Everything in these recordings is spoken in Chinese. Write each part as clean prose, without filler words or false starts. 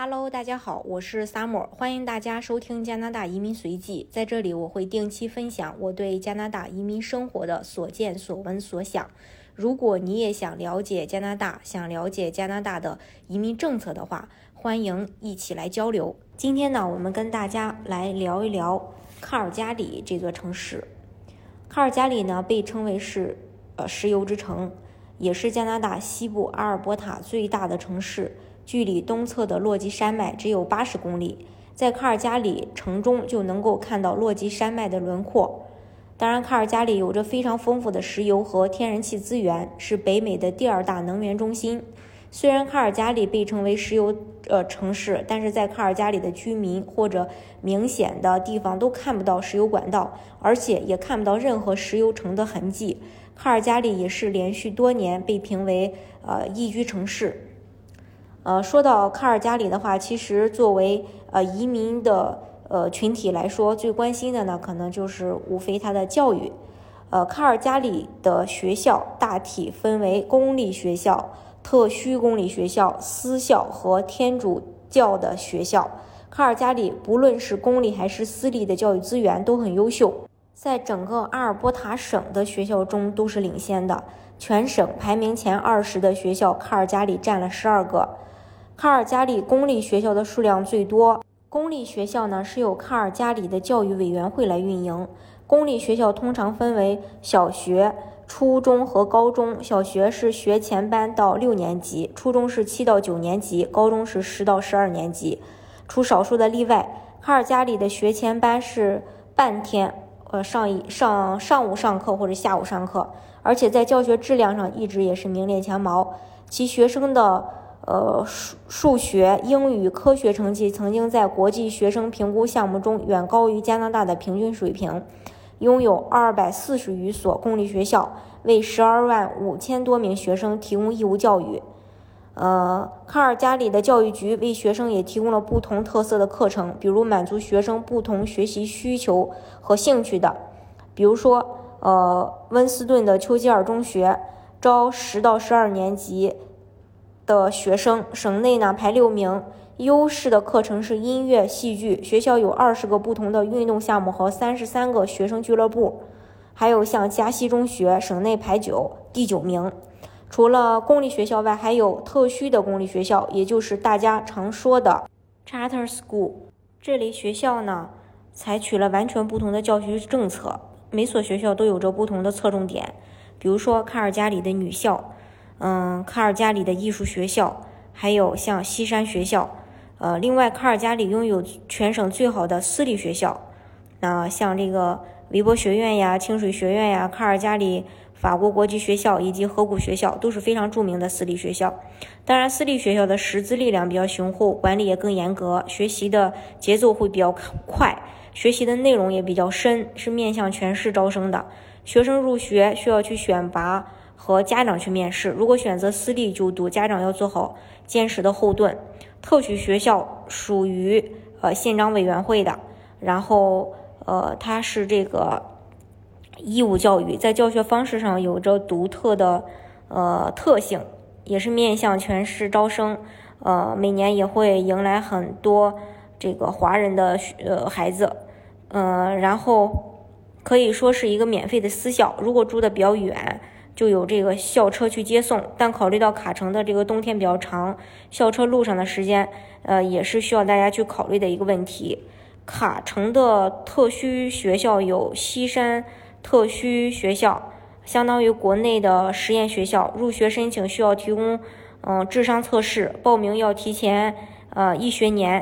Hello， 大家好，我是 Summer， 欢迎大家收听加拿大移民随记。在这里，我会定期分享我对加拿大移民生活的所见所闻所想。如果你也想了解加拿大，想了解加拿大的移民政策的话，欢迎一起来交流。今天呢，我们跟大家来聊一聊卡尔加里这座城市。卡尔加里呢，被称为是石油之城，也是加拿大西部阿尔伯塔最大的城市。距离东侧的落基山脉只有80公里，在卡尔加里城中就能够看到落基山脉的轮廓。当然，卡尔加里有着非常丰富的石油和天然气资源，是北美的第2大能源中心。虽然卡尔加里被称为石油城市，但是在卡尔加里的居民或者明显的地方都看不到石油管道，而且也看不到任何石油城的痕迹。卡尔加里也是连续多年被评为宜居城市。说到卡尔加里的话，其实作为移民的群体来说，最关心的呢，可能就是无非它的教育。卡尔加里的学校大体分为公立学校、特需公立学校、私校和天主教的学校。卡尔加里不论是公立还是私立的教育资源都很优秀，在整个阿尔伯塔省的学校中都是领先的。全省排名前20的学校，卡尔加里占了12个。卡尔加里公立学校的数量最多。公立学校呢是由卡尔加里的教育委员会来运营。公立学校通常分为小学、初中和高中。小学是学前班到6年级，初中是7到9年级，高中是10到12年级。除少数的例外，卡尔加里的学前班是半天，上午上课或者下午上课，而且在教学质量上一直也是名列前茅。其学生的数学、英语、科学成绩曾经在国际学生评估项目中远高于加拿大的平均水平，拥有240余所公立学校，为12万5千多名学生提供义务教育。卡尔加里的教育局为学生也提供了不同特色的课程，比如满足学生不同学习需求和兴趣的，比如说温斯顿的丘吉尔中学招10到12年级的学生，省内呢排6名。优势的课程是音乐、戏剧，学校有20个不同的运动项目和33个学生俱乐部。还有像加西中学，省内排第9名。除了公立学校外，还有特需的公立学校，也就是大家常说的 Charter School。 这类学校呢采取了完全不同的教学政策，每所学校都有着不同的侧重点。比如说卡尔加里的女校，卡尔加里的艺术学校，还有像西山学校。另外卡尔加里拥有全省最好的私立学校，像这个韦伯学院呀、清水学院呀、卡尔加里法国国际学校以及河谷学校都是非常著名的私立学校。当然，私立学校的师资力量比较雄厚，管理也更严格，学习的节奏会比较快，学习的内容也比较深，是面向全市招生的。学生入学需要去选拔和家长去面试，如果选择私立就读，家长要做好坚实的后盾。特许学校属于县长委员会的，然后它是这个义务教育，在教学方式上有着独特的特性，也是面向全市招生。每年也会迎来很多这个华人的孩子，然后可以说是一个免费的私校，如果住的比较远就有这个校车去接送，但考虑到卡城的这个冬天比较长，校车路上的时间也是需要大家去考虑的一个问题。卡城的特需学校有西山特需学校，相当于国内的实验学校，入学申请需要提供智商测试，报名要提前1学年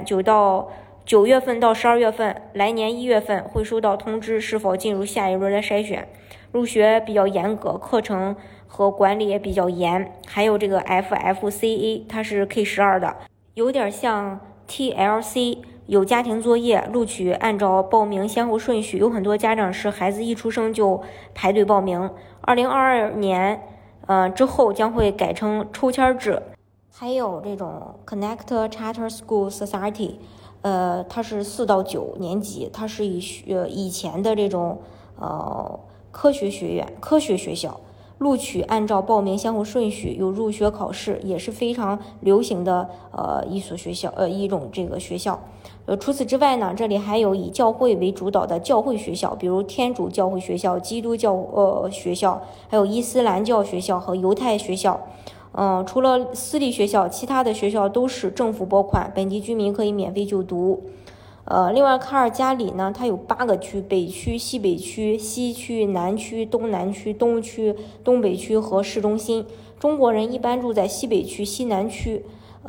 ，9月份到12月份，来年1月份会收到通知是否进入下一轮的筛选。入学比较严格，课程和管理也比较严。还有这个 FFCA， 它是 K12 的，有点像 TLC， 有家庭作业，录取按照报名先后顺序，有很多家长是孩子一出生就排队报名。2022年之后将会改成抽签制。还有这种 Connect Charter School Society， 它是4到9年级，它是以前的这种科学学校， 录取按照报名先后顺序，有入学考试，也是非常流行的一所学校，一种这个学校。除此之外呢，这里还有以教会为主导的教会学校，比如天主教会学校、基督教学校，还有伊斯兰教学校和犹太学校。除了私立学校，其他的学校都是政府拨款，本地居民可以免费就读。另外卡尔加里呢，它有8个区，北区、西北区、西区、南区、东南区、东区、东北区和市中心。中国人一般住在西北区、西南区，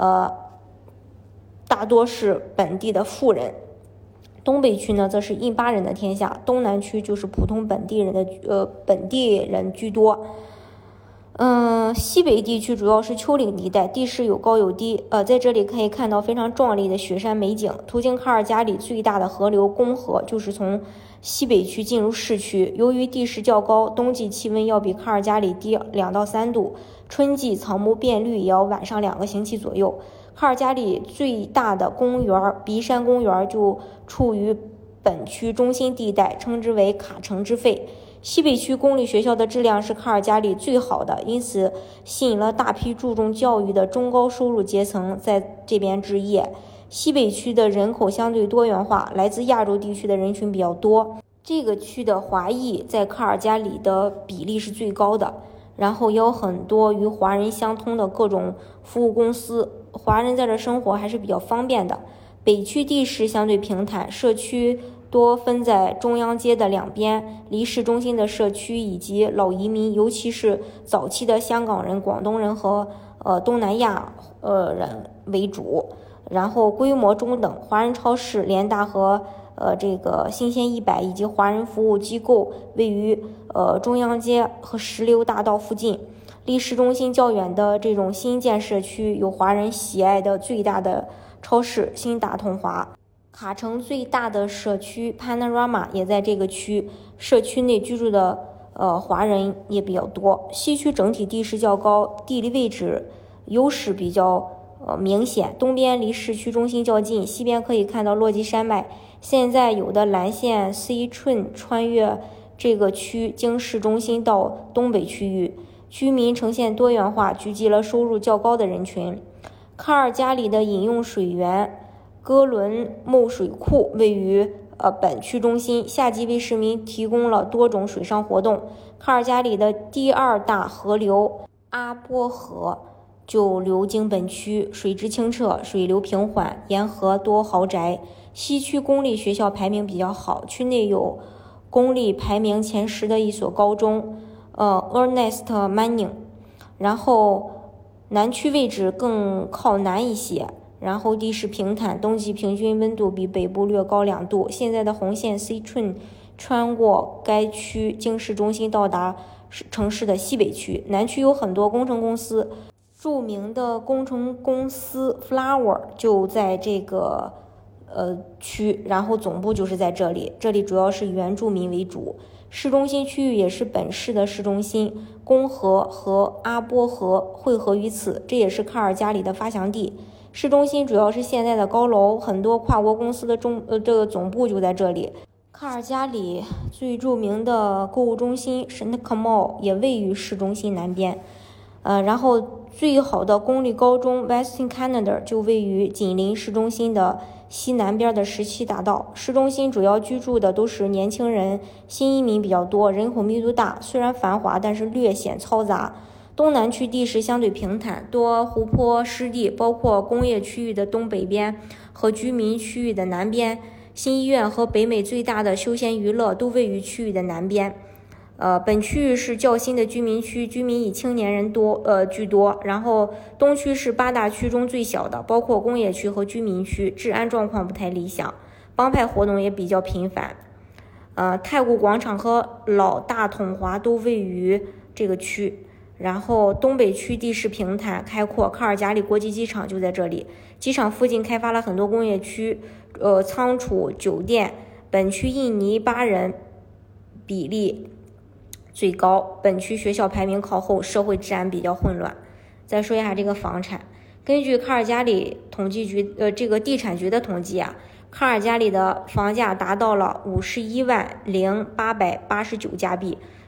大多是本地的富人。东北区呢，则是印巴人的天下，东南区就是普通本地人居多。西北地区主要是丘陵地带，地势有高有低。在这里可以看到非常壮丽的雪山美景。途经卡尔加里最大的河流公河就是从西北区进入市区。由于地势较高，冬季气温要比卡尔加里低2到3度，春季草木变绿也要晚上2个星期左右。卡尔加里最大的公园鼻山公园就处于本区中心地带，称之为卡城之肺。西北区公立学校的质量是卡尔加里最好的，因此吸引了大批注重教育的中高收入阶层在这边置业。西北区的人口相对多元化，来自亚洲地区的人群比较多。这个区的华裔在卡尔加里的比例是最高的，然后也有很多与华人相通的各种服务公司，华人在这生活还是比较方便的。北区地势相对平坦，社区多分在中央街的两边，离市中心的社区以及老移民，尤其是早期的香港人、广东人和东南亚人为主。然后规模中等，华人超市、联大和这个新鲜100以及华人服务机构位于中央街和石榴大道附近。离市中心较远的这种新建社区有华人喜爱的最大的超市新大同华。卡城最大的社区 Panorama 也在这个区，社区内居住的华人也比较多。西区整体地势较高，地理位置优势比较明显，东边离市区中心较近，西边可以看到落基山脉。现在有的蓝线 C 寸穿越这个区，经市中心到东北区域，居民呈现多元化，聚集了收入较高的人群。卡尔加里的饮用水源哥伦木水库位于本区中心，夏季为市民提供了多种水上活动。卡尔加里的第2大河流阿波河就流经本区，水质清澈，水流平缓，沿河多豪宅。西区公立学校排名比较好，区内有公立排名前10的一所高中Ernest Manning。 然后南区位置更靠南一些，然后地势平坦，冬季平均温度比北部略高2度。现在的红线 C 寸穿过该区，经市中心到达城市的西北区。南区有很多工程公司，著名的工程公司 Flower 就在这个区，然后总部就是在这里。这里主要是以原住民为主。市中心区域也是本市的市中心，公河和阿波河汇合于此，这也是卡尔加里的发祥地。市中心主要是现代的高楼，很多跨国公司的这个总部就在这里。卡尔加里最著名的购物中心 Shanaka Mall 也位于市中心南边。然后最好的公立高中 Western Canada 就位于紧邻市中心的西南边的17大道。市中心主要居住的都是年轻人，新移民比较多，人口密度大，虽然繁华，但是略显嘈杂。东南区地势相对平坦，多湖泊湿地，包括工业区域的东北边和居民区域的南边。新医院和北美最大的休闲娱乐都位于区域的南边。本区域是较新的居民区，居民以青年人居多。然后东区是8大区中最小的，包括工业区和居民区，治安状况不太理想，帮派活动也比较频繁。太古广场和老大统华都位于这个区。然后东北区地势平坦开阔，卡尔加里国际机场就在这里，机场附近开发了很多工业区、仓储、酒店。本区印尼巴人比例最高，本区学校排名靠后，社会治安比较混乱。再说一下这个房产，根据卡尔加里统计局这个地产局的统计啊，卡尔加里的房价达到了51万0889加币，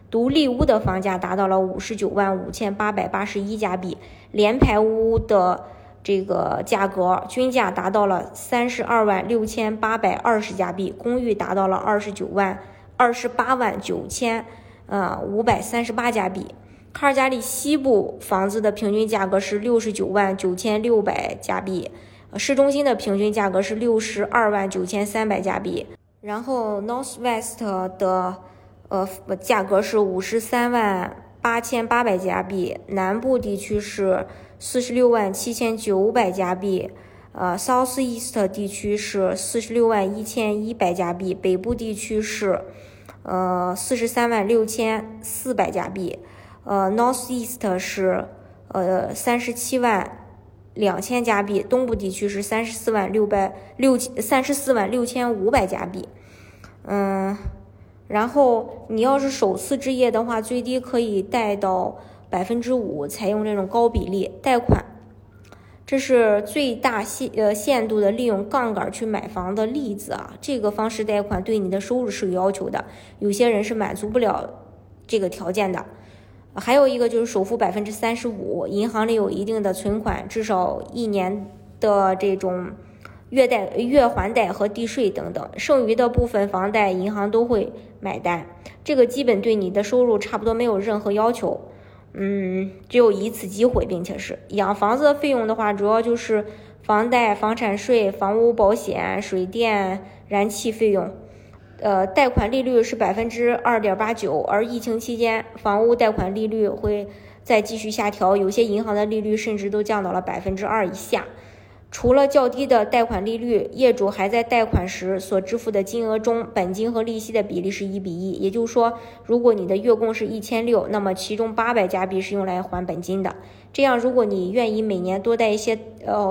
独立屋的房价达到了595881加币，联排屋的这个价格均价达到了326820加币，公寓达到了289538加币。卡尔加里西部房子的平均价格是699600加币，市中心的平均价格是629300加币。然后 Northwest 的价格是538800加币，南部地区是467900加币，Southeast 地区是461100加币，北部地区是436400加币，Northeast 是372000加币，东部地区是346500加币。然后你要是首次置业的话，最低可以贷到5%，采用这种高比例贷款。这是最大限度的利用杠杆去买房的例子啊。这个方式贷款对你的收入是有要求的，有些人是满足不了这个条件的。还有一个就是首付35%，银行里有一定的存款，至少1年的这种月还贷和地税等等，剩余的部分房贷银行都会买单，这个基本对你的收入差不多没有任何要求，只有一次机会，并且是养房子的费用的话，主要就是房贷、房产税、房屋保险、水电、燃气费用。贷款利率是2.89%，而疫情期间房屋贷款利率会再继续下调，有些银行的利率甚至都降到了2%以下。除了较低的贷款利率，业主还在贷款时所支付的金额中，本金和利息的比例是1:1，也就是说，如果你的月供是1600，那么其中800加币是用来还本金的。这样，如果你愿意每年多贷一些，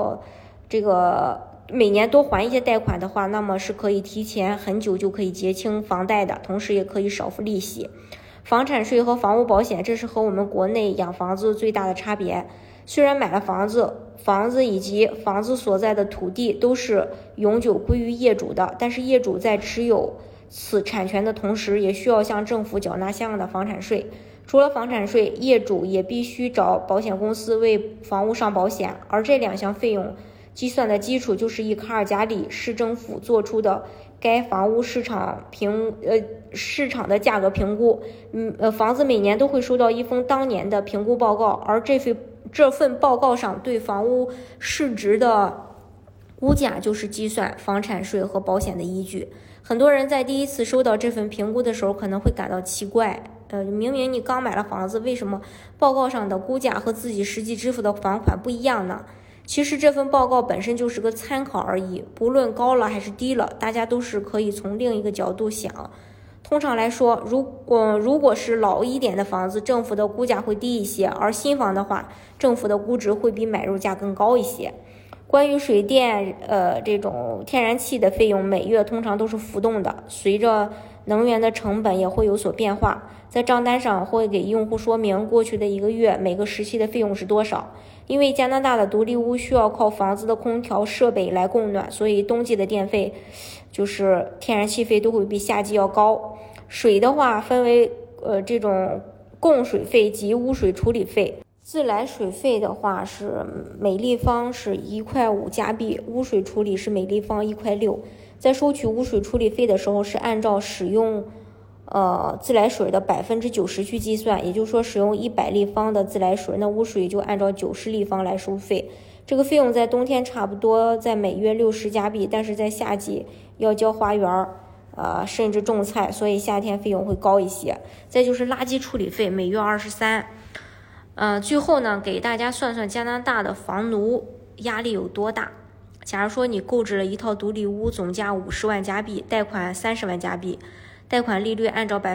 每年多还一些贷款的话，那么是可以提前很久就可以结清房贷的，同时也可以少付利息。房产税和房屋保险，这是和我们国内养房子最大的差别。虽然买了房子以及房子所在的土地都是永久归于业主的，但是业主在持有此产权的同时，也需要向政府缴纳相应的房产税。除了房产税，业主也必须找保险公司为房屋上保险，而这两项费用计算的基础就是以卡尔加里市政府做出的该房屋市场的价格评估。房子每年都会收到一封当年的评估报告，而这份报告上对房屋市值的估价就是计算房产税和保险的依据。很多人在第一次收到这份评估的时候可能会感到奇怪，明明你刚买了房子，为什么报告上的估价和自己实际支付的房款不一样呢？其实这份报告本身就是个参考而已，不论高了还是低了，大家都是可以从另一个角度想。通常来说，如果是老一点的房子，政府的估价会低一些，而新房的话，政府的估值会比买入价更高一些。关于水电这种天然气的费用，每月通常都是浮动的，随着能源的成本也会有所变化。在账单上会给用户说明过去的1个月每个时期的费用是多少。因为加拿大的独立屋需要靠房子的空调设备来供暖，所以冬季的电费就是天然气费都会比夏季要高。水的话分为这种供水费及污水处理费。自来水费的话是每立方是1.5块加币，污水处理是每立方1.6块。在收取污水处理费的时候是按照使用自来水的90%去计算，也就是说使用100立方的自来水，那污水就按照90立方来收费。这个费用在冬天差不多在每月60加币，但是在夏季要浇花园甚至种菜，所以夏天费用会高一些。再就是垃圾处理费每月23。最后呢，给大家算算加拿大的房奴压力有多大。假如说你购置了一套独立屋，总价50万加币，贷款30万加币，贷款利率按照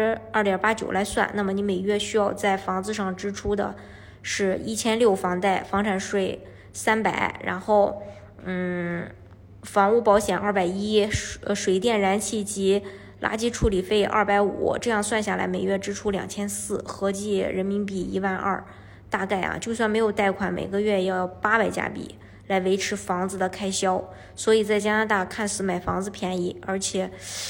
2.89%来算，那么你每月需要在房子上支出的是1600房贷，房产税300，然后房屋保险210，水电燃气及垃圾处理费250，这样算下来每月支出2400，合计人民币12000，大概就算没有贷款，每个月要800加币来维持房子的开销。所以在加拿大看似买房子便宜，而且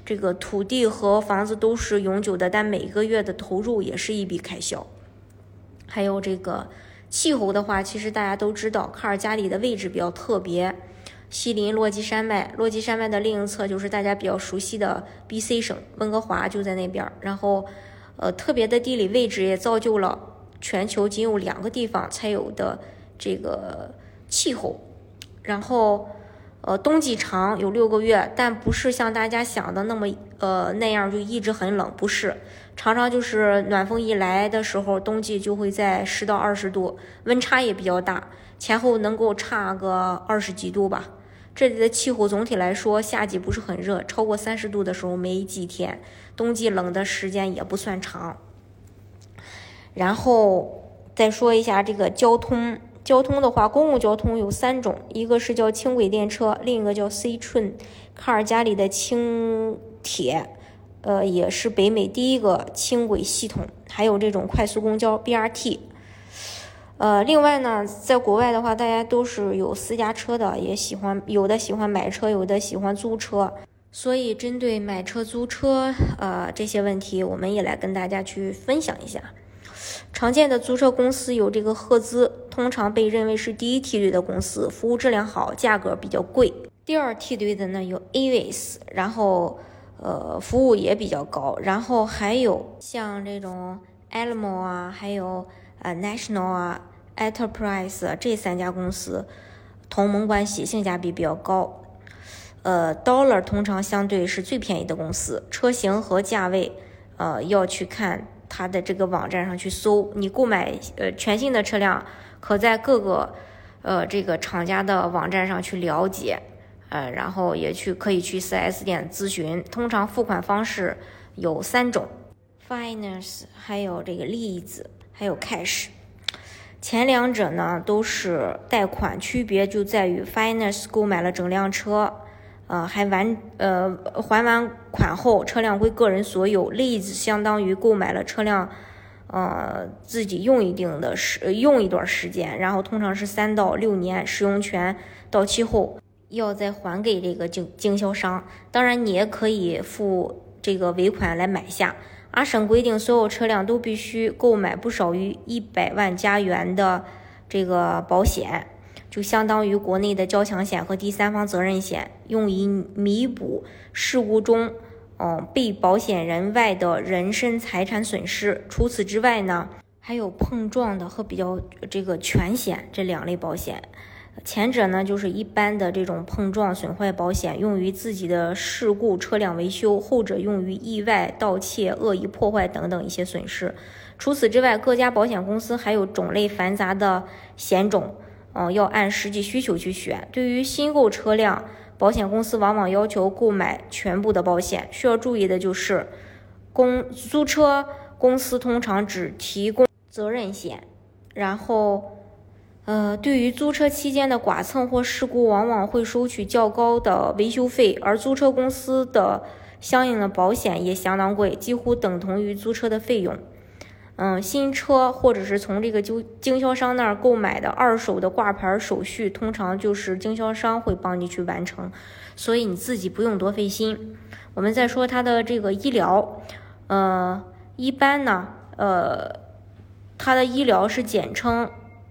这个土地和房子都是永久的，但每个月的投入也是一笔开销。还有这个气候的话，其实大家都知道，卡尔加里的位置比较特别，西临落基山脉，落基山脉的另一侧就是大家比较熟悉的 BC 省，温哥华就在那边。然后特别的地理位置也造就了全球仅有2个地方才有的这个气候。然后冬季长，有6个月，但不是像大家想的那么那样就一直很冷，不是，常常就是暖风一来的时候，冬季就会在10到20度，温差也比较大，前后能够差个20几度吧。这里的气候总体来说，夏季不是很热，超过30度的时候没几天，冬季冷的时间也不算长。然后再说一下这个交通的话，公共交通有3种，一个是叫轻轨电车，另一个叫 C-Train， 卡尔加里的轻铁，也是北美第一个轻轨系统，还有这种快速公交 BRT。另外呢，在国外的话，大家都是有私家车的，有的喜欢买车，有的喜欢租车。所以针对买车租车这些问题，我们也来跟大家去分享一下。常见的租车公司有这个赫兹，通常被认为是第1梯队的公司，服务质量好，价格比较贵。第2梯队的呢有 Avis， 然后服务也比较高。然后还有像这种 Alamo 啊，还有National 啊 Enterprise 这3家公司同盟关系，性价比比较高。Dollar 通常相对是最便宜的公司，车型和价位要去看它的这个网站上去搜。你购买全新的车辆，可在各个这个厂家的网站上去了解，然后也可以去 4S 店咨询。通常付款方式有3种 ，Finance， 还有这个Lease，还有 Cash。前2者呢都是贷款，区别就在于 Finance 购买了整辆车，还还完款后车辆归个人所有。Lease 相当于购买了车辆，自己用一段时间，然后通常是3到6年，使用权到期后要再还给这个经销商。当然你也可以付这个尾款来买下。阿省规定，所有车辆都必须购买不少于100万加元的这个保险，就相当于国内的交强险和第三方责任险，用以弥补事故中被保险人外的人身财产损失。除此之外呢，还有碰撞的和比较这个全险这2类保险。前者呢就是一般的这种碰撞损坏保险，用于自己的事故车辆维修；后者用于意外、盗窃、恶意破坏等等一些损失。除此之外，各家保险公司还有种类繁杂的险种，要按实际需求去选。对于新购车辆，保险公司往往要求购买全部的保险。需要注意的就是，租车公司通常只提供责任险，然后对于租车期间的剐蹭或事故，往往会收取较高的维修费，而租车公司的相应的保险也相当贵，几乎等同于租车的费用。新车或者是从这个经销商那儿购买的2手的挂牌手续，通常就是经销商会帮你去完成，所以你自己不用多费心。我们再说它的这个医疗，一般呢，它的医疗是简称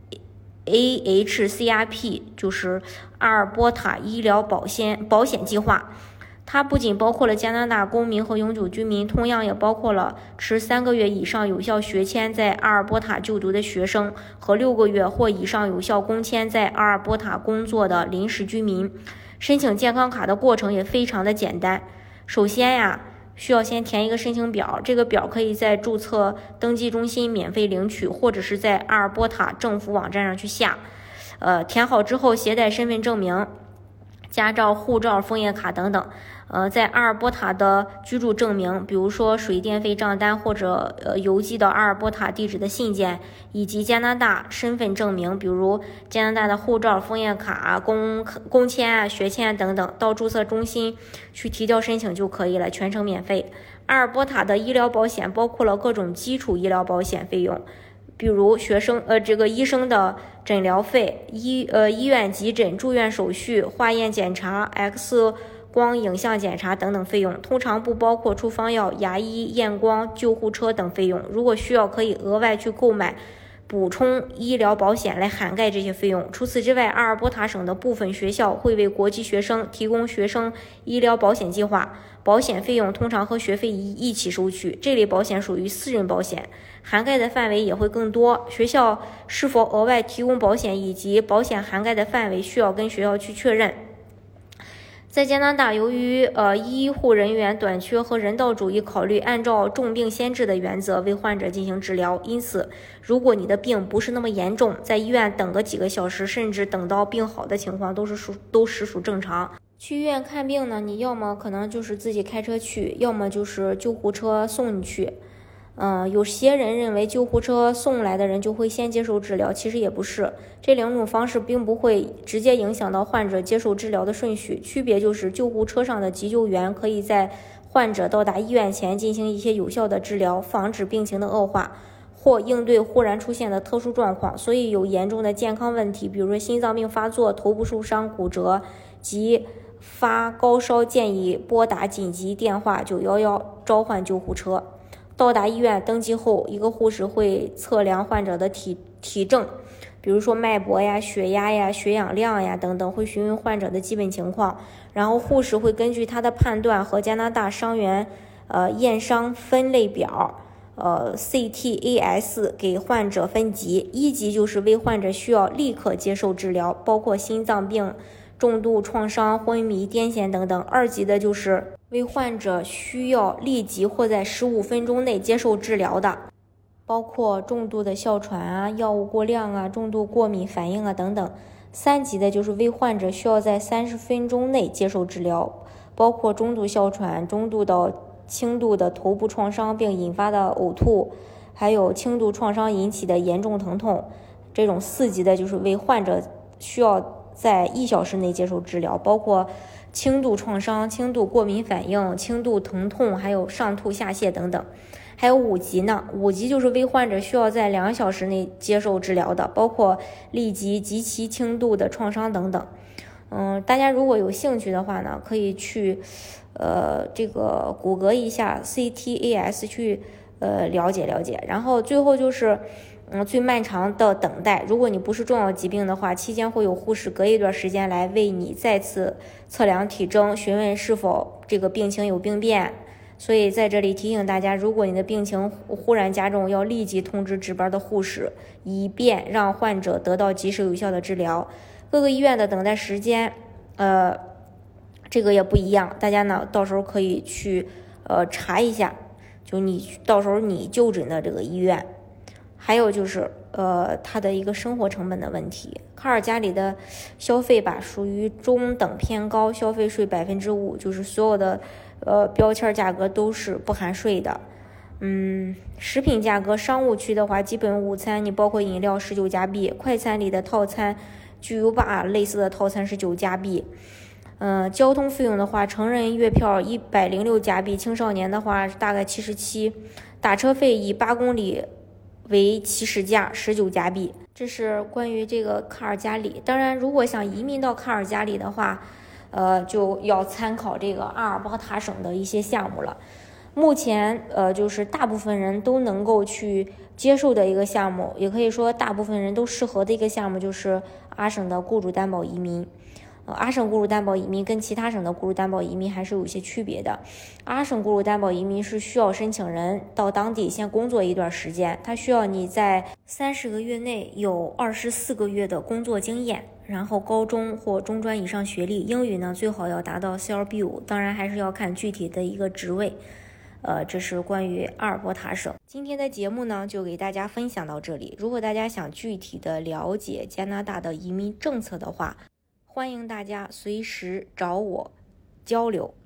AHCRP， 就是阿尔伯塔医疗保险计划。它不仅包括了加拿大公民和永久居民，同样也包括了持3个月以上有效学签在阿尔伯塔就读的学生和6个月或以上有效工签在阿尔伯塔工作的临时居民。申请健康卡的过程也非常的简单。首先呀，需要先填一个申请表，这个表可以在注册登记中心免费领取，或者是在阿尔伯塔政府网站上去下。填好之后，携带身份证明、驾照、护照、枫叶卡等等。在阿尔伯塔的居住证明，比如说水电费账单或者邮寄到阿尔伯塔地址的信件，以及加拿大身份证明，比如加拿大的护照、枫叶卡、工签、学签等等，到注册中心去提交申请就可以了，全程免费。阿尔伯塔的医疗保险包括了各种基础医疗保险费用，比如这个医生的诊疗费、医院急诊、住院手续、化验检查、X 光影像检查等等费用，通常不包括处方药、牙医、验光、救护车等费用。如果需要，可以额外去购买补充医疗保险来涵盖这些费用。除此之外，阿尔伯塔省的部分学校会为国际学生提供学生医疗保险计划，保险费用通常和学费一起收取。这类保险属于私人保险，涵盖的范围也会更多。学校是否额外提供保险以及保险涵盖的范围，需要跟学校去确认。在加拿大，由于医护人员短缺和人道主义考虑，按照重病先治的原则为患者进行治疗。因此，如果你的病不是那么严重，在医院等个几个小时，甚至等到病好的情况都实属正常。去医院看病呢，你要么可能就是自己开车去，要么就是救护车送你去。有些人认为救护车送来的人就会先接受治疗，其实也不是。这两种方式并不会直接影响到患者接受治疗的顺序，区别就是救护车上的急救员可以在患者到达医院前进行一些有效的治疗，防止病情的恶化或应对忽然出现的特殊状况。所以有严重的健康问题，比如说心脏病发作、头部受伤、骨折及发高烧，建议拨打紧急电话911，召唤救护车。到达医院登记后，一个护士会测量患者的体征，比如说脉搏呀、血压呀、血氧量呀等等，会询问患者的基本情况。然后护士会根据他的判断和加拿大伤员验伤分类表CTAS 给患者分级。1级就是为患者需要立刻接受治疗，包括心脏病、重度创伤、昏迷、癫痫等等。2级的就是为患者需要立即或在15分钟内接受治疗的，包括重度的哮喘啊、药物过量啊、重度过敏反应啊等等。3级的就是为患者需要在30分钟内接受治疗，包括中度哮喘、中度到轻度的头部创伤并引发的呕吐，还有轻度创伤引起的严重疼痛。这种4级的就是为患者需要在1小时内接受治疗，包括轻度创伤、轻度过敏反应、轻度疼痛，还有上吐下泻等等。还有5级呢，5级就是为患者需要在2小时内接受治疗的，包括痢疾、极其轻度的创伤等等。大家如果有兴趣的话呢，可以去这个谷歌一下 CTAS 去了解了解。然后最后就是最漫长的等待，如果你不是重要疾病的话，期间会有护士隔一段时间来为你再次测量体征，询问是否这个病情有病变。所以在这里提醒大家，如果你的病情忽然加重，要立即通知值班的护士，以便让患者得到及时有效的治疗。各个医院的等待时间这个也不一样，大家呢到时候可以去查一下，就你到时候你就诊的这个医院。还有就是它的一个生活成本的问题。卡尔加里的消费吧属于中等偏高，消费税5%，就是所有的标签价格都是不含税的。食品价格，商务区的话，基本午餐你包括饮料19加币，快餐里的套餐巨无霸类似的套餐是9加币。交通费用的话，成人月票106加币，青少年的话大概77，打车费以8公里为起始价19加币。这是关于这个卡尔加里。当然如果想移民到卡尔加里的话就要参考这个阿尔伯塔省的一些项目了。目前就是大部分人都能够去接受的一个项目，也可以说大部分人都适合的一个项目，就是阿省的雇主担保移民。阿省雇主担保移民跟其他省的雇主担保移民还是有一些区别的。阿省雇主担保移民是需要申请人到当地先工作一段时间，他需要你在30个月内有24个月的工作经验，然后高中或中专以上学历，英语呢最好要达到 CLB5， 当然还是要看具体的一个职位。这是关于阿尔伯塔省。今天的节目呢就给大家分享到这里。如果大家想具体的了解加拿大的移民政策的话，欢迎大家随时找我交流。